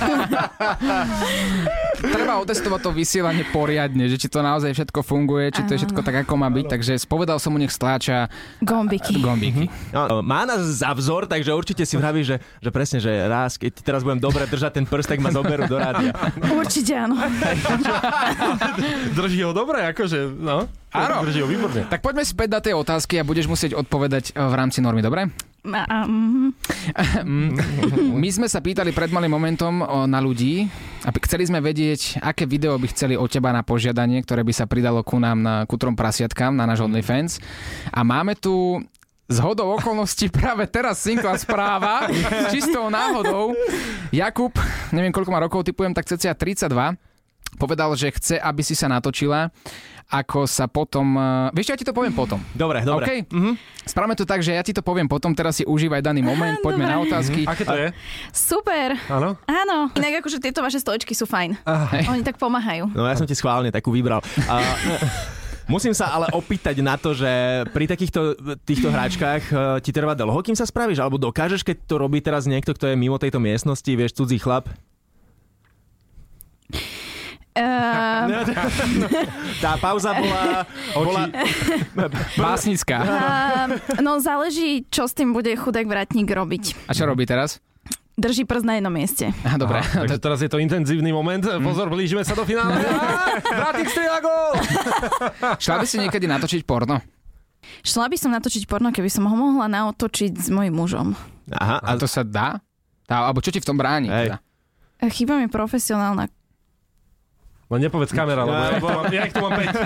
Treba otestovať to vysielanie poriadne, že či to naozaj všetko funguje, či to je všetko tak, ako má byť. Takže spovedal som mu, nech stláča gombiky. No, má nás za vzor, takže určite si vraví, že presne, že raz, keď teraz budem dobre držať ten prst, tak ma zoberú do rádia. Určite áno. Drží ho dobre, akože, no. Áno. Drží ho výborne. Tak poďme späť na tie otázky a budeš musieť odpovedať v rámci normy, dobre? My sme sa pýtali pred malým momentom na ľudí a chceli sme vedieť, aké video by chceli od teba na požiadanie, ktoré by sa pridalo ku nám, ku 3 prasiatkám na náš OnlyFans. A máme tu zhodou okolností práve teraz synková správa, čistou náhodou. Jakub, neviem koľko má rokov, typujem tak cca 32, povedal, že chce, aby si sa natočila, ako sa potom... Vieš, ja ti to poviem potom. Dobre. Okay? Správame to tak, že ja ti to poviem potom, teraz si užívaj daný moment, poďme na otázky. Aké to je? Super. Áno? Áno. Inak akože tieto vaše stoličky sú fajn. Oni tak pomáhajú. No ja som ti schválne takú vybral. Musím sa ale opýtať na to, že pri týchto hráčkach ti trvá dlho, kým sa spravíš? Alebo dokážeš, keď to robí teraz niekto, kto je mimo tejto miestnosti, vieš, cudzí chlap? Tá pauza bola básnická. No záleží, čo s tým bude chudák vrátnik robiť. A čo robí teraz? Drží prst na jednom mieste. Dobre. Takže teraz je to intenzívny moment. Pozor, blížime sa do finále. Vrátnik strieľa gól! Šla by si niekedy natočiť porno? Šla by som natočiť porno, keby som ho mohla naotočiť s mojím mužom. Aha, A to sa dá? Alebo čo ti v tom bráni? Hej. Teda? Chýba mi profesionálna... No nepovedz kamera, lebo ja ich tu mám 5.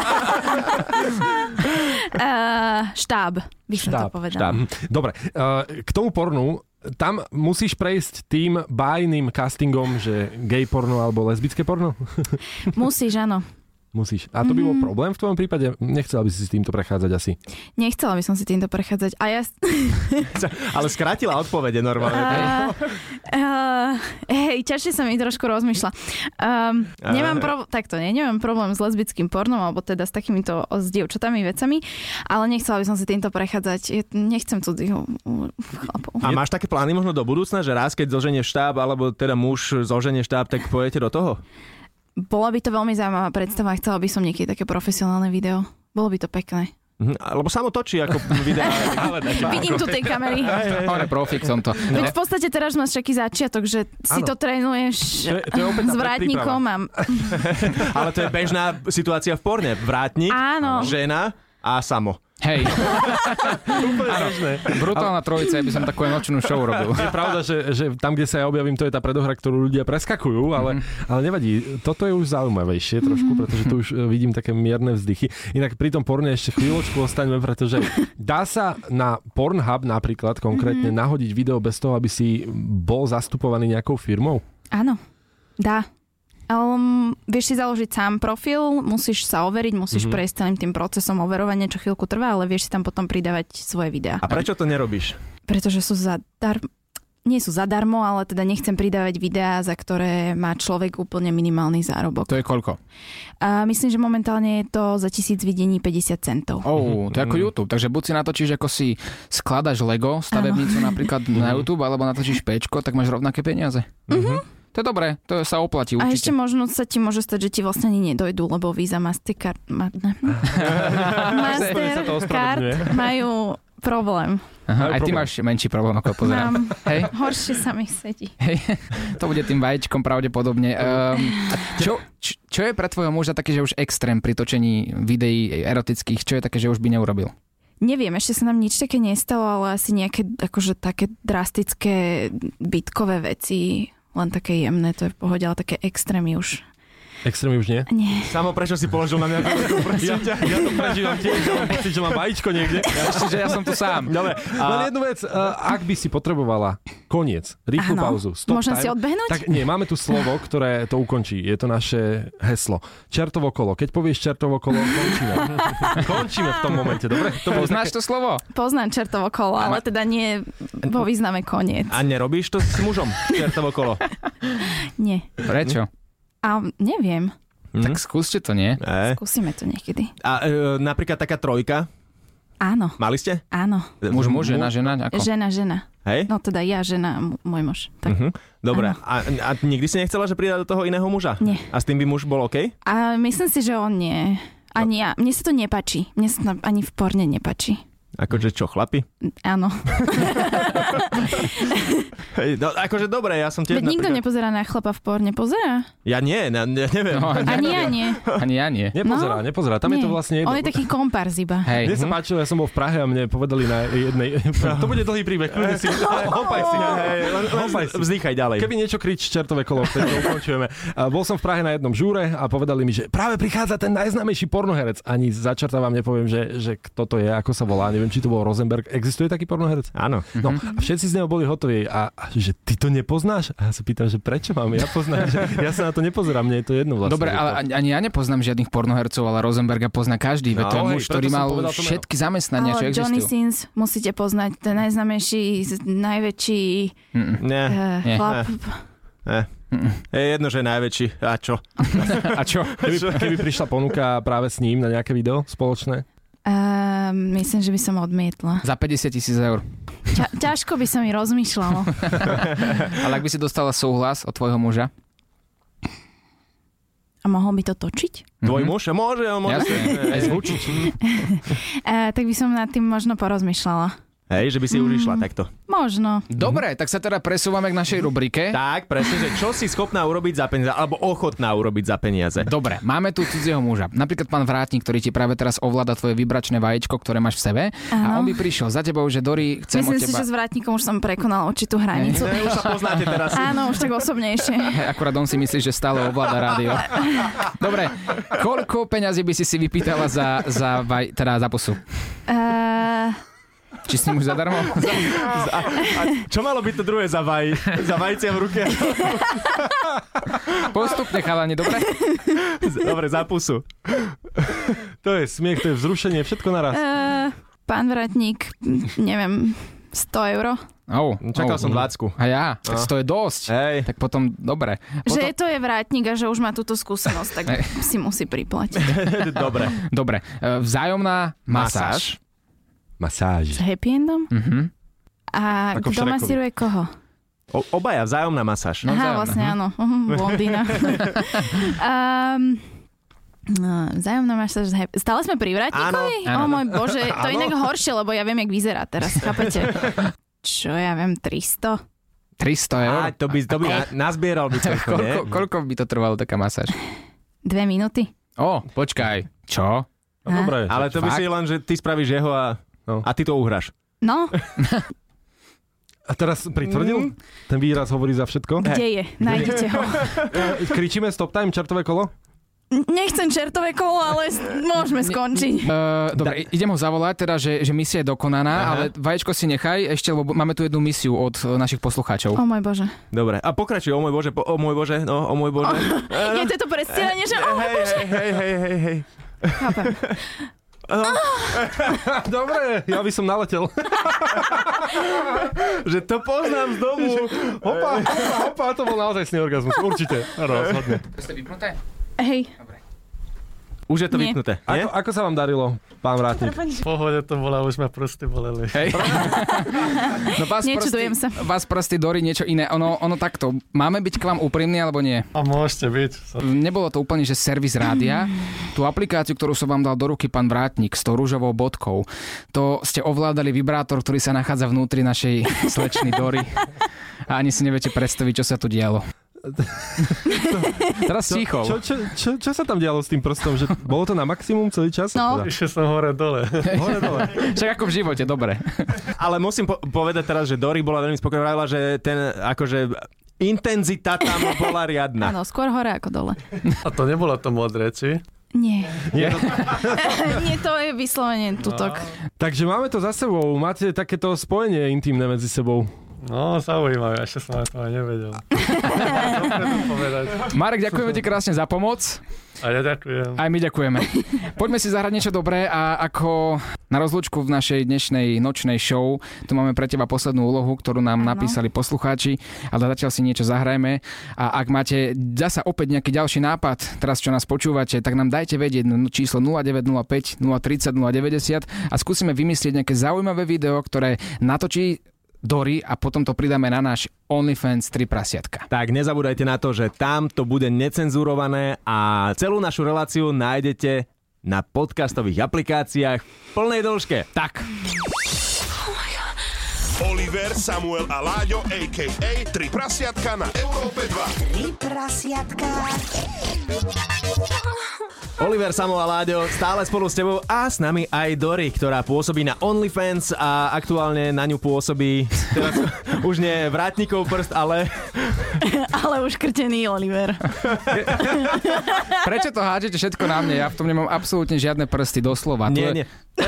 Štáb, by som to povedala. Dobre, k tomu pornu, tam musíš prejsť tým bájnym castingom, že gay porno alebo lesbické porno? Musíš, áno. Musíš. A to by bol problém v tvojom prípade? Nechcela by si s týmto prechádzať asi? Nechcela by som si týmto prechádzať. A ja... Ale skrátila odpovede normálne. Hej, ťažšie sa mi trošku rozmýšľa. Nemám problém s lesbickým pornom, alebo teda s takýmito s dievčatami vecami, ale nechcela by som si týmto prechádzať. Nechcem cudzích chlapov. A máš také plány možno do budúcna, že raz, keď zoženieš štáb, alebo teda muž zoženie štáb, tak pôjdete do toho? Bola by to veľmi zaujímavá predstava, chcela by som niekedy také profesionálne video. Bolo by to pekné. Lebo samo točí ako videá. Vidím tu tej kamery. On je profik som to. Veď v podstate teraz máš taký začiatok, že si to trénuješ To je opäť s vrátnikom. Ale to je bežná situácia v porne. Vrátnik, žena a samo. Hej. Brutálna trojica, by som takú nočnú show robil. Je pravda, že tam, kde sa ja objavím, to je tá predohra, ktorú ľudia preskakujú, ale nevadí. Toto je už zaujímavejšie trošku, pretože tu už vidím také mierne vzdychy. Inak pri tom porne ešte chvíľočku ostaňme, pretože dá sa na Pornhub napríklad konkrétne nahodiť video bez toho, aby si bol zastupovaný nejakou firmou? Áno, dá. Vieš si založiť sám profil, musíš sa overiť, musíš prejsť celým tým procesom overovania, čo chvíľku trvá, ale vieš si tam potom pridávať svoje videá. A prečo to nerobíš? Pretože sú nie sú zadarmo, ale teda nechcem pridávať videá, za ktoré má človek úplne minimálny zárobok. To je koľko? Myslím, že momentálne je to za 1000 videní 50 centov. To je ako YouTube, takže buď si natočíš, ako si skladaš Lego, stavebnicu napríklad na YouTube, alebo natočíš Péčko, tak máš rovnaké peniaze. To je dobré, to sa oplatí určite. A ešte možno sa ti môže stať, že ti vlastne ani nedojdú, lebo Visa, Mastercard majú problém. Aha, aj ty máš menší problém, ako pozerám. Hej? Horšie sa mi sedí. Hej, to bude tým vajíčkom pravdepodobne. Čo je pre tvojho muža také, že už extrém pri točení videí erotických? Čo je také, že už by neurobil? Neviem, ešte sa nám nič také nestalo, ale asi nejaké akože také drastické bytkové veci, len také jemné, to je v pohode, ale také extrémy už. Extrémy už nie? Nie. Samo prečo si položil na mňa veľkú Ja to prežívam tiež, že mám pocit, že mám vajíčko niekde. Ešte, že ja som tu sám. Dobre. Len jednu vec, ak by si potrebovala koniec, rýchlu pauzu, stop Môžem time. si odbehnúť? Tak nie, máme tu slovo, ktoré to ukončí. Je to naše heslo. Čertovo kolo. Keď povieš čertovo kolo, končíme. Končíme v tom momente, dobre? Poznáš to slovo? Poznám čertovo kolo, ale teda nie vo význame koniec. A nerobíš to s mužom? Čertovo kolo? Nie. Prečo? A neviem. Tak skúste to, nie? Skúsime to niekedy. A napríklad taká trojka? Áno. Mali ste? Áno. Muž, žena, ako? Žena. Hej? No teda ja, žena, môj muž. Tak. Dobre. A nikdy si nechcela, že pridá do toho iného muža? Nie. A s tým by muž bol OK? A myslím si, že on nie. Ani ja. Mne sa to nepáči. Mne sa to ani v porne nepáči. Akože čo, chlapi? Áno. No, akože dobre, ja som tiež veď nikto nepozerá na chlapa v porne. Pozerá? Ja nie, neviem. No, ani ja nie. Ani ja nie. Nepozerá. Tam nie. je to vlastne jedno. On je taký kompárs iba. Mne sa páčilo, ja som bol v Prahe a mne povedali na jednej... To bude dlhý príbeh, kľudne si... Hopaj si. Vzdychaj ďalej. Keby niečo krič čertové kolo, vtedy to ukončujeme. Bol som v Prahe na jednom žúre a povedali mi, že práve prichádza ten najznámejší pornoherec. Ani za čerta vám nepoviem, že kto to je, ako sa volá. Neviem, či to bol Rosenberg. Existuje taký pornoherec? Áno. No, a všetci z neho boli hotoví a že ty to nepoznáš? A ja sa pýtam, že prečo mám ja poznať? Že ja sa na to nepozerám, mne je to jedno vlastne. Dobre, ale ani ja nepoznám žiadnych pornohercov, ale Rosenberga pozná každý. Veď to je muž, ktorý mal všetky zamestnania, čo existujú. Johnny Sins musíte poznať, ten najznámejší, najväčší chlap. Je jedno, že je najväčší. A čo? A čo? Keby prišla ponuka práve s ním na nejaké video spoločné? Myslím, že by som odmietla. Za 50,000 eur. Ťažko by sa mi rozmýšľalo. Ale ak by si dostala súhlas od tvojho muža? A mohol by to točiť? Tvoj muž? Môže, on môže. Jasne, aj zvučiť. Tak by som nad tým možno porozmýšľala. Hej, že by si už išla takto. Možno. Dobre, tak sa teda presúvame k našej rubrike. Tak, presne, že čo si schopná urobiť za peniaze, alebo ochotná urobiť za peniaze. Dobre, máme tu cudzieho muža. Napríklad pán Vrátnik, ktorý ti práve teraz ovláda tvoje vybračné vajíčko, ktoré máš v sebe. A on by prišiel za tebou, že Dori, chcem Myslím od teba... si, že s Vrátnikom už som prekonal určitú hranicu. Už sa poznáte teraz. Áno, už tak osobnejšie. Akurát on si myslí, že stále ovláda rádio. Dobre, koľko peňazí by si vypýtala za pusu? Či s ním už zadarmo? A čo malo byť to druhé za vajcia v ruke? Postupne, chalani, dobre? Dobre, za pusu. To je smiech, to je vzrušenie, všetko naraz. Pán Vrátnik, neviem, 100 euro. Čakal som 20. A ja? Tak to je dosť. Hej. Tak potom, dobre. Že to je Vrátnik a že už má túto skúsenosť, tak si musí priplatiť. Dobre. Vzájomná masáž. Masáž. S happy endom? A Ako v kto Šrekovi. masíruje koho? Obaja, vzájomná masáž. No, Aha, vzájomná. vlastne áno. Blondína. Vzájomná masáž. Stále sme pri Vrátnikovi? Áno. O môj Bože, to je inak horšie, lebo ja viem, jak vyzerá teraz, chápete? Čo ja viem, 300? 300 eur? To by nazbieral by toľko, nie? Koľko by to trvalo, taká masáž? 2 minúty? Počkaj. Čo? No, dobre. Ale to by si len, že ty spravíš jeho a ty to uhráš. No, A teraz pritvrdil? Ten výraz hovorí za všetko? kde je? Nájdete ho. Kričíme stop time, čertové kolo? Nechcem čertové kolo, ale môžeme skončiť. Dobre, idem ho zavolať, teda, že misia je dokonaná, ale vaječko si nechaj ešte, lebo máme tu jednu misiu od našich poslucháčov. O môj Bože. Dobre, a pokračuj, o môj Bože, o môj Bože, no, o môj Bože. Je to predstieranie, že o môj Bože. Hej. Chápem. Dobre, ja by som naletel. Že to poznám z domu. Hopa, to bol naozaj sný orgazmus, určite. Rozhodne. To ste vypnuté? Hej. Už je to Nie. vypnuté, nie? Ako sa vám darilo, pán Vrátnik? V pohode to bola, už ma prsty boleli. Hej. No Nečudujem sa. Vás prsty, Dori, niečo iné. Ono takto. Máme byť k vám úprimní, alebo nie? A môžete byť. Nebolo to úplne, že servis rádia. Tú aplikáciu, ktorú som vám dal do ruky, pán Vrátnik, s tou rúžovou bodkou, to ste ovládali vibrátor, ktorý sa nachádza vnútri našej slečny Dory. A ani si neviete predstaviť, čo sa tu dialo. Teraz ticho. Čo sa tam dialo s tým prstom? Že bolo to na maximum celý čas? No. Išiel som hore-dole. Však ako v živote, dobre. Ale musím povedať teraz, že Dori bola veľmi spokojná, že ten akože intenzita tam bola riadna. Áno, skôr hore ako dole. A to nebolo to modré, či? Nie. Nie, to je vyslovene tutok. Takže máme to za sebou. Máte takéto spojenie intimné medzi sebou. No, zaujímavé, ešte som to aj nevedel. Marek, ďakujeme ti krásne za pomoc. A ja ďakujem. Aj my ďakujeme. Poďme si zahrať niečo dobré a ako na rozlúčku v našej dnešnej nočnej show tu máme pre teba poslednú úlohu, ktorú nám napísali poslucháči, ale zatiaľ si niečo zahrajme a ak máte zasa opäť nejaký ďalší nápad, teraz čo nás počúvate, tak nám dajte vedieť na číslo 0905 030 090 a skúsime vymyslieť nejaké zaujímavé video, ktoré natočí Dori a potom to pridáme na náš OnlyFans 3 prasiatka. Tak nezabúdajte na to, že tam to bude necenzurované a celú našu reláciu nájdete na podcastových aplikáciách v plnej dĺžke. Tak. Oliver, Samuel a Láďo, a.k.a. 3 prasiatka na Európe 2. 3 prasiatka. Oliver, Samo a Láďo stále spolu s tebou a s nami aj Dori, ktorá pôsobí na OnlyFans a aktuálne na ňu pôsobí teraz už nie Vrátnikov prst, ale... Ale už krtený Oliver. Prečo to hádžete všetko na mne? Ja v tom nemám absolútne žiadne prsty, doslova. Nie.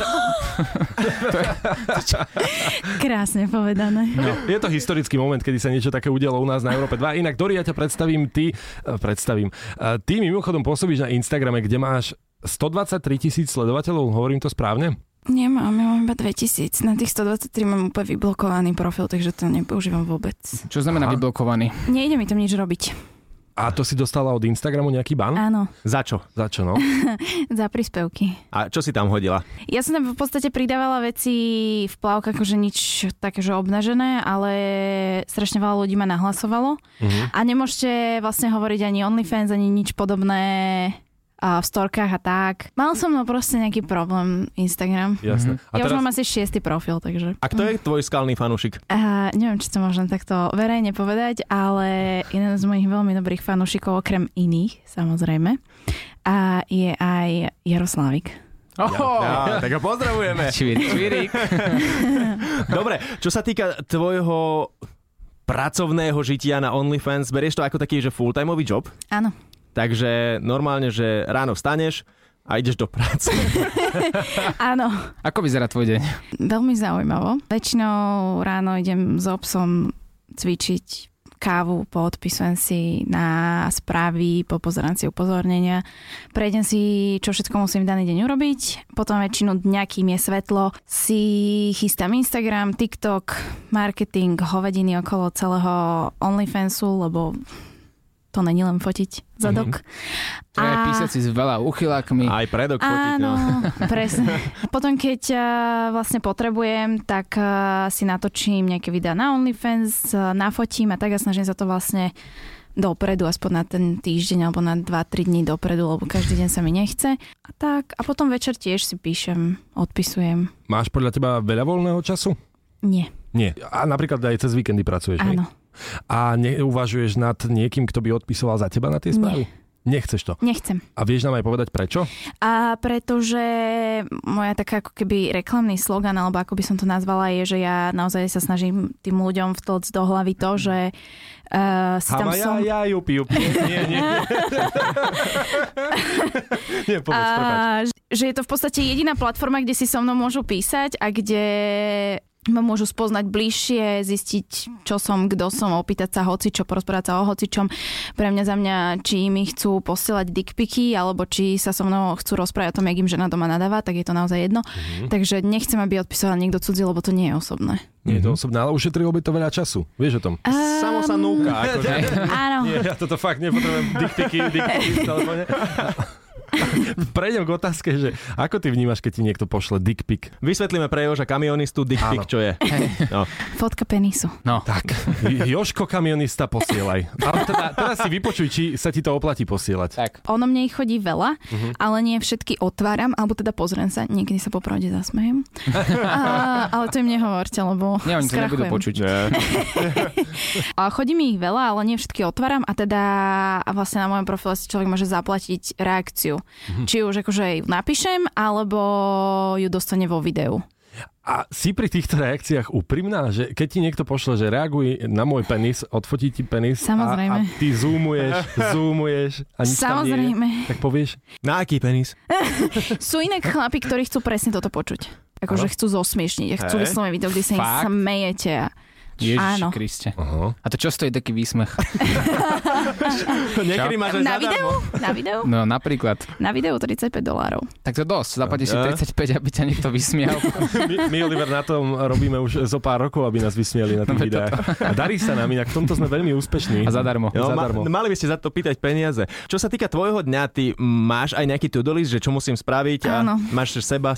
Krásne povedané. No, je to historický moment, kedy sa niečo také udialo u nás na Európe 2. Inak, Dori, ja ťa predstavím. Ty mimochodom pôsobíš na Instagrame, kde máš 123 000 sledovateľov, hovorím to správne? Nemám, ja mám iba 2000. Na tých 123 mám úplne vyblokovaný profil, takže to nepoužívam vôbec. Čo znamená vyblokovaný? Nejde mi tam nič robiť. A to si dostala od Instagramu nejaký ban? Áno, Za čo? Za čo, no? za príspevky. A čo si tam hodila? Ja som tam v podstate pridávala veci v plavkách, akože nič také, že obnažené, ale strašne veľa ľudí ma nahlasovalo. A nemôžete vlastne hovoriť ani OnlyFans, ani nič podobné v storkách a tak. Mal som proste nejaký problém Instagram. Jasné. Ja už mám asi 6. profil, takže... A kto je tvoj skalný fanúšik? Neviem, či to môžem takto verejne povedať, ale jeden z mojich veľmi dobrých fanúšikov, okrem iných, samozrejme, a je aj Jaroslavik. Ja, tak ho pozdravujeme. Čvírik. Dobre, čo sa týka tvojho pracovného žitia na OnlyFans, berieš to ako taký, že full-timeový job? Áno. Takže normálne, že ráno vstaneš a ideš do práce. Áno. Ako vyzerá tvoj deň? Veľmi zaujímavo. Väčšinou ráno idem s obsom cvičiť, kávu, poodpisujem si na správy, popozerám si upozornenia, prejdem si, čo všetko musím v daný deň urobiť, potom väčšinu dňa, kým je svetlo, si chystám Instagram, TikTok, marketing, hovediny okolo celého OnlyFansu, lebo to není len fotiť zadok. To je písať si s veľa uchylákmi. Aj predok fotiť. Áno, presne. Potom, keď vlastne potrebujem, tak si natočím nejaké videá na OnlyFans, nafotím a tak a snažím sa to vlastne dopredu, aspoň na ten týždeň alebo na 2-3 dní dopredu, lebo každý deň sa mi nechce. A tak, a potom večer tiež si píšem, odpisujem. Máš podľa teba veľa voľného času? Nie. Nie. A napríklad aj cez víkendy pracuješ, Áno. hej? A neuvažuješ nad niekým, kto by odpisoval za teba na tie správy? Nechceš to? Nechcem. A vieš nám aj povedať prečo? A pretože moja taká ako keby reklamný slogan, alebo ako by som to nazvala, je, že ja naozaj sa snažím tým ľuďom vtlcť do hlavy to, že si tam som... jupi. Nie. Nie, povedz, prepáč. Že je to v podstate jediná platforma, kde si so mnou môžu písať a kde ma môžu spoznať bližšie, zistiť, čo som, kto som, opýtať sa hocičo, porozprávať sa o hocičom. Pre mňa za mňa, či mi chcú posielať dickpiky, alebo či sa so mnou chcú rozprávať o tom, jak im žena doma nadáva, tak je to naozaj jedno. Takže nechcem, aby odpisoval niekto cudzí, lebo to nie je osobné. Nie je to osobné, ale ušetrilo by to veľa času. Vieš o tom? Samo sa núka. Akože. Áno. Nie, ja toto fakt nepotrebujem dickpiky v telefóne. Prejdem k otázke, že ako ty vnímaš, keď ti niekto pošle dick pic? Vysvetlíme pre Joža kamionistu dick pic, čo je. No. Fotka penisu. No. Tak, Jožko kamionista posielaj. Ale teraz si vypočuj, či sa ti to oplatí posielať. Tak. Ono mne ich chodí veľa, ale nie všetky otváram, alebo teda pozriem sa, niekedy sa popravde zasmejem. Ale to im nehovorte, lebo Nie, oni to nebudú skrachujem. počuť. Chodí mi ich veľa, ale nie všetky otváram a teda vlastne na mojom profile si človek môže zaplatiť reakciu. Či už akože ju napíšem, alebo ju dostane vo videu. A si pri týchto reakciách úprimná, že keď ti niekto pošle, že reaguj na môj penis, odfotí ti penis Samozrejme. a ty zoomuješ a nič Samozrejme. tam nie je, tak povieš? Na aký penis? Sú inak chlapi, ktorí chcú presne toto počuť. Akože chcú zosmiešniť a chcú vyslovene video, kde sa im Fakt? smejete a Ježiši áno. Kriste. Aha. A to čo stojí taký výsmech? Niekedy máš aj Na zadarmo. videu? Na videu? No napríklad. Na videu $35. Tak to dosť. Zaplatíš si 35, aby ťa niekto vysmial. My, Oliver, na tom robíme už zo pár rokov, aby nás vysmiali na tých videách. A darí sa nám, inak v tomto sme veľmi úspešní. A zadarmo. Jo, Zadarmo. mali by ste za to pýtať peniaze. Čo sa týka tvojho dňa, ty máš aj nejaký to-do list, že čo musím spraviť a Áno. máš seba.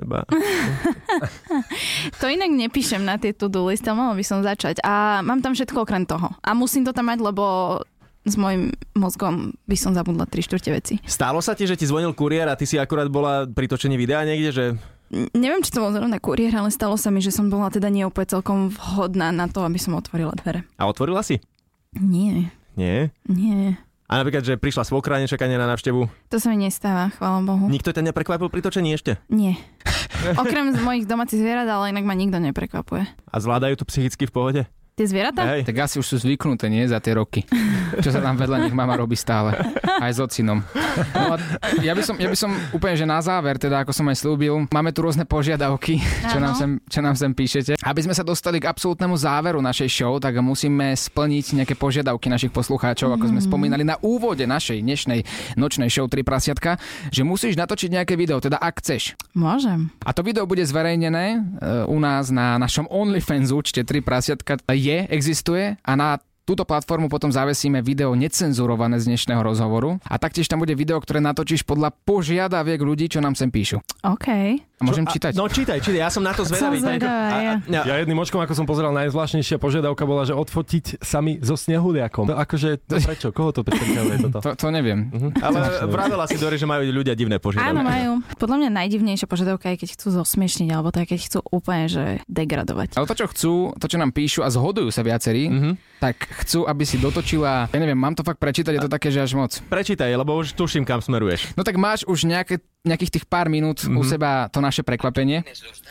To inak nepíšem na tie to-do list, ale mala by som začať. A mám tam všetko okrem toho. A musím to tam mať, lebo s mojím mozgom by som zabudla 3/4 veci. Stalo sa ti, že ti zvonil kuriér a ty si akurát bola pri točení videa niekde, že... Neviem, či to bol zrovna kuriér, ale stalo sa mi, že som bola teda neúplne celkom vhodná na to, aby som otvorila dvere. A otvorila si? Nie. Nie. A napríklad, že prišla svokra nečakane na návštevu. To sa mi nestáva, chvála Bohu. Nikto ťa neprekvapil pri točení ešte? Nie. Okrem z mojich domácich zvierat, ale inak ma nikto neprekvapuje. A zvládajú to psychicky v pohode? Tie zvieratá? Hej. Tak asi už sú zvyknuté, nie? Za tie roky. Čo sa tam vedľa nich mama robí stále. Aj s ocinom. No a ja by som úplne, že na záver, teda ako som aj slúbil, máme tu rôzne požiadavky, čo nám sem píšete. Aby sme sa dostali k absolútnemu záveru našej show, tak musíme splniť nejaké požiadavky našich poslucháčov, ako sme spomínali na úvode našej dnešnej nočnej show 3 prasiatka, že musíš natočiť nejaké video, teda ak chceš. Môžem. A to video bude zverejnené u nás na našom OnlyFans účte 3 prasiatka existuje a na túto platformu potom zavesíme video necenzurované z dnešného rozhovoru a taktiež tam bude video, ktoré natočíš podľa požiadaviek ľudí, čo nám sem píšu. OK. A môžem čítať? No čítaj, ja som na to zvedavý. Ja jedným očkom, ako som pozeral, najzvláštnejšia požiadavka bola, že odfotiť sami so snehuliakom. To akože, prečo? Koho to predstavuje toto? To neviem. Ale vravela si, Dori, že majú ľudia divné požiadavky. Áno, majú. Podľa mňa najdivnejšia požiadavka je, keď chcú zosmiešniť, alebo tak, keď chcú úplne, že degradovať. Ale to, čo chcú, to, čo nám píšu a zhodujú sa viacerí, tak chcú, aby si dotočila, ja neviem, mám to fakt prečítať, je to také, že až moc. Prečítaj, lebo už tuším, kam smeruješ. No tak máš už nejakých tých pár minút u seba to naše prekvapenie.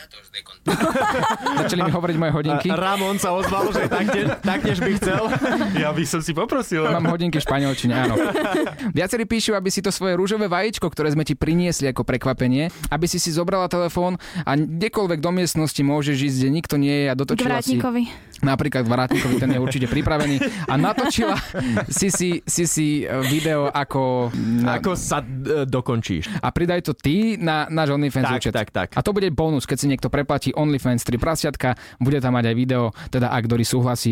Začali mi hovoriť moje hodinky. Ramon sa ozval, že taktiež by chcel. Ja by som si poprosil. Mám hodinky v španielčine, áno. Viacerí píšu, aby si to svoje rúžové vajíčko, ktoré sme ti priniesli ako prekvapenie, aby si zobrala telefón a kdekoľvek do miestnosti môžeš ísť, kde nikto nie je a dotočila si... Napríklad Vrátnikovi, ten je určite pripravený. A natočila si video, ako sa dokončíš. A pridaj to ty na náš OnlyFans účet. Tak. A to bude bonus, keď si niekto preplatí OnlyFans 3 prasiatka, bude tam mať aj video, teda ak Dori súhlasí.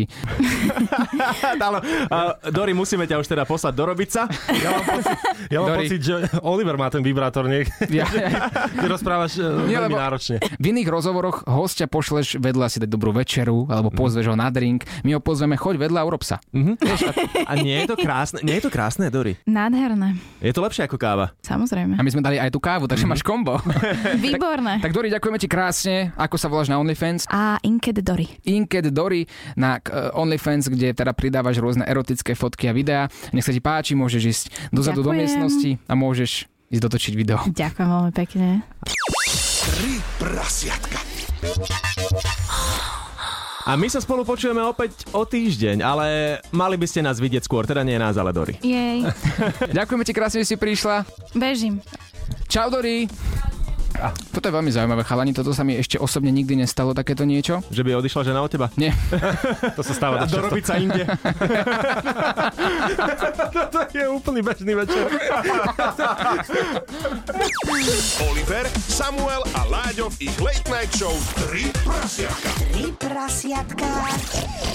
Dori, musíme ťa už teda poslať do Robica. Ja mám pocit, že Oliver má ten vibrátor Ty rozprávaš veľmi náročne. V iných rozhovoroch hostia pošleš vedľa si dať dobrú večeru, alebo pozveš ho na drink. My ho pozveme, choď vedľa, urob sa. A nie je to krásne? Nie je to krásne, Dori? Nádherné. Je to lepšie ako káva? Samozrejme. A my sme dali aj tú kávu, takže máš kombo. Výborné. Tak Dori, ďakujeme ti krásne. Ako sa voláš na OnlyFans? Inked Dori. Inked Dori na OnlyFans, kde teda pridávaš rôzne erotické fotky a videá. Nech sa ti páči, môžeš ísť dozadu do miestnosti a môžeš ísť dotočiť video. Ďakujem veľmi pekne. 3 prasiatka. A my sa spolu počujeme opäť o týždeň, ale mali by ste nás vidieť skôr, teda nie nás, ale Dori. Jej. Ďakujeme ti krásne, že si prišla. Bežím. Čau, Dori. Toto je veľmi zaujímavé, chalani, toto sa mi ešte osobne nikdy nestalo, takéto niečo. Že by odišla žena od teba? Nie. To sa stáva dosť často. A dorobiť sa inde. Toto je úplný bežný večer. Oliver, Samuel a Láďo v ich Late Night Show 3 prasiatka. 3 prasiatka.